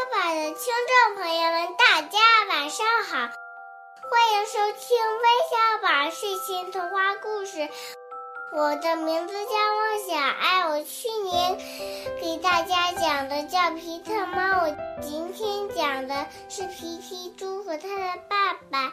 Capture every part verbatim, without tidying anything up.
爸的听众朋友们，大家晚上好，欢迎收听微小宝睡前童话故事。我的名字叫孟小爱，我去年给大家讲的叫皮特猫，我今天讲的是皮皮猪和他的爸爸。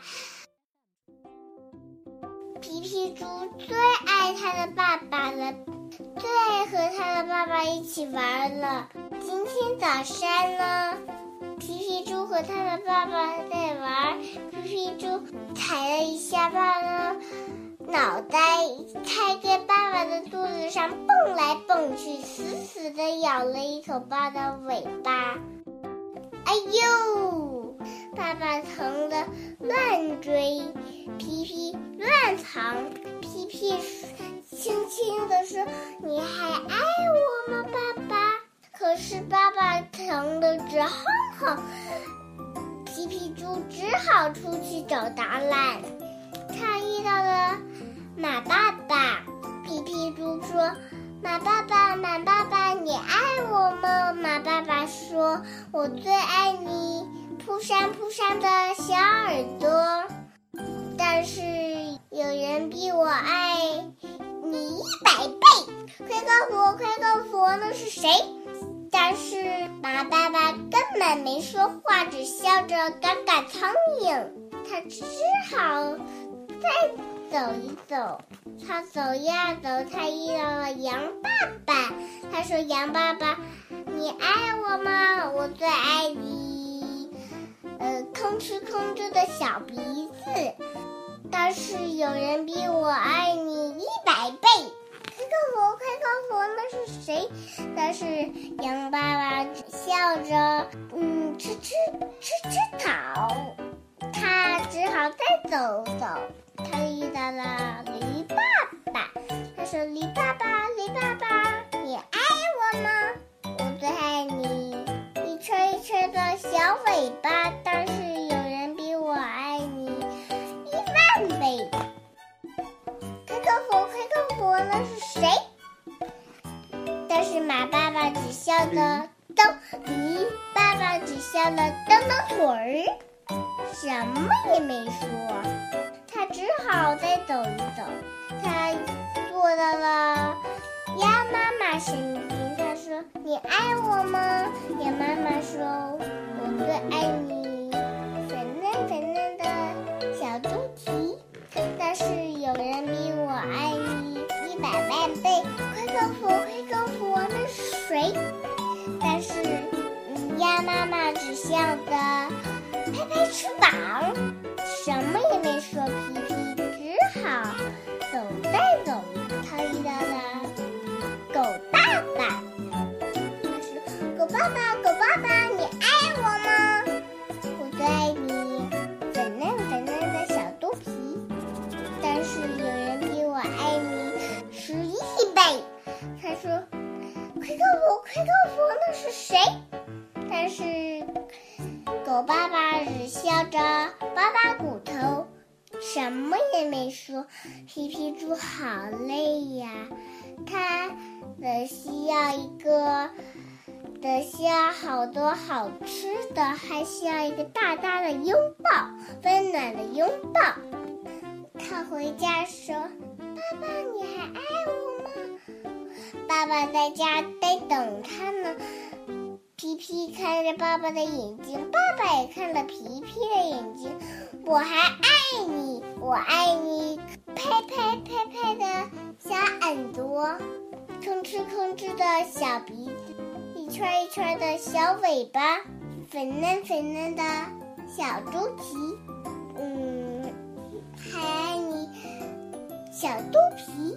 皮皮猪最爱他的爸爸了，最爱和他的爸爸一起玩了。今天早上呢，皮皮猪和他的爸爸在玩，皮皮猪踩了一下爸爸的脑袋，它在爸爸的肚子上蹦来蹦去，死死地咬了一口爸爸的尾巴。哎呦！爸爸疼得乱追，皮皮乱藏，皮皮轻轻地说：“你还爱我吗，爸爸？”可是爸爸疼得直哼哼，皮皮猪只好出去找答案。他遇到了马爸爸，皮皮猪说：“马爸爸，马爸爸，你爱我吗？”马爸爸说：“我最爱你扑闪扑闪的小耳朵，但是有人比我爱你一百倍，快告诉我，快告诉我，那是谁？”但是马爸爸根本没说话，只笑着赶赶苍蝇。他只好再走一走，他走呀走，他遇到了羊爸爸。他说：“羊爸爸，你爱我吗？我最爱你呃，吭哧吭哧的小鼻子，但是有人比我爱你一百倍，快告诉我，快告诉我，那是谁？”但是羊爸爸只笑着，嗯，吃吃吃吃草。他只好再走走，他遇到了驴爸爸。他说：“驴爸爸，驴爸爸，你爱我吗？我最爱你一圈一圈的小尾巴，但是有人比我爱你一万倍，快告诉我，快告诉我，那是谁？”但是马爸爸只笑着蹬，驴爸爸只笑着蹬蹬腿儿，什么也没说。他只好再走一走，他坐到了鸭妈妈身边。他说：“你爱我吗？”鸭妈妈说：“我最爱你粉嫩粉嫩的小猪蹄，但是有人比我爱你一百万倍，快告诉我，快告诉我，那是谁？”但是嗯，鸭妈妈只笑着拍拍翅膀，什么也没说。皮皮只好走再走，他遇到了狗爸爸。他说：“狗爸爸，狗爸爸，你爱我吗？我最爱你粉嫩粉嫩的小肚皮，但是有人比我爱你十亿倍。”他说：“快告诉我，快告诉我，那是谁？”但是狗爸爸只笑着扒扒骨头，什么也没说。皮皮猪好累呀，他得需要一个得需要好多好吃的，还需要一个大大的拥抱，温暖的拥抱。他回家说：“爸爸，你还爱我吗？”爸爸在家在等他呢。皮皮看着爸爸的眼睛，爸爸也看着皮皮的眼睛。“我还爱你，我爱你！”拍拍拍拍的小耳朵，吭哧吭哧的小鼻子，一圈一圈的小尾巴，粉嫩粉嫩的小猪蹄，嗯，还爱你小肚皮。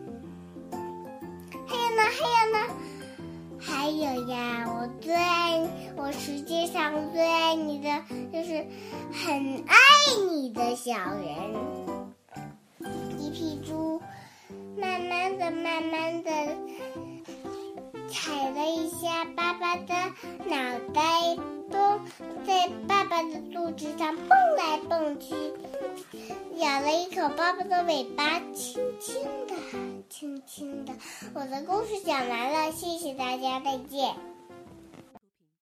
还有呢，还有呢。还有呀，我最爱，我世界上最爱你的就是很爱你的小人。皮皮猪慢慢的、慢慢的踩了一下爸爸的脑袋，蹦在爸爸的肚子上蹦来蹦去，咬了一口爸爸的尾巴，轻轻的。轻轻的，我的故事讲完了，谢谢大家，再见。